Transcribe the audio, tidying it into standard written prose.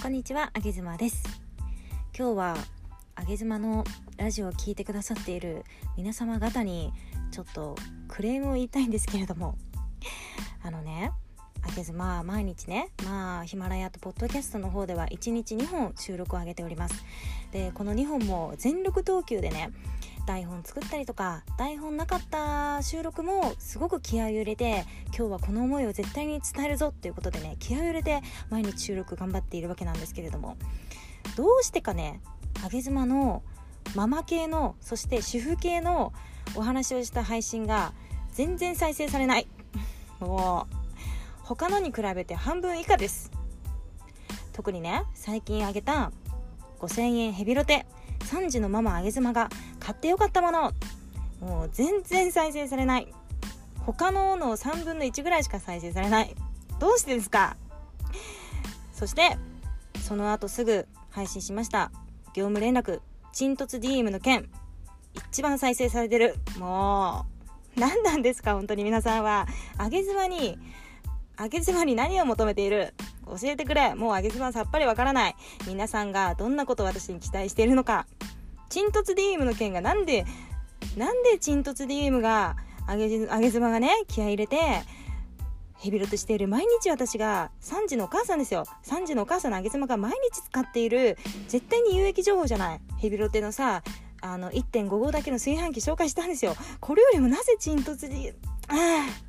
こんにちは、あげずまです。今日はあげずまのラジオを聞いてくださっている皆様方にちょっとクレームを言いたいんですけれども、あげずま毎日ね、ヒマラヤとポッドキャストの方では1日2本収録を上げております。で、この2本も全力投球でね、台本作ったりとか、台本なかった収録もすごく気合を入れて、今日はこの思いを絶対に伝えるぞっていうことでね、気合を入れて毎日収録頑張っているわけなんですけれども、どうしてかね、あげずまのママ系の、そして主婦系のお話をした配信が全然再生されない。もう他のに比べて半分以下です。特にね、最近あげた5000円ヘビロテ3児のママあげずまが買ってよかったもの、もう全然再生されない。他の3分の1ぐらいしか再生されない。どうしてですか？そしてその後すぐ配信しました業務連絡沈突 DM の件、一番再生されてる。もう何なんですか、本当に皆さんは。あげずまに何を求めている？教えてくれ。もうあげずまさっぱりわからない。皆さんがどんなことを私に期待しているのか。沈突 DM の件がなんで沈突 DM があげずまがね、気合い入れてヘビロテしている、毎日私が3児のお母さんですよ、3児のお母さんのあげずまが毎日使っている絶対に有益情報じゃない。ヘビロテのさ、1.5 号だけの炊飯器紹介したんですよ。これよりもなぜ沈突 DM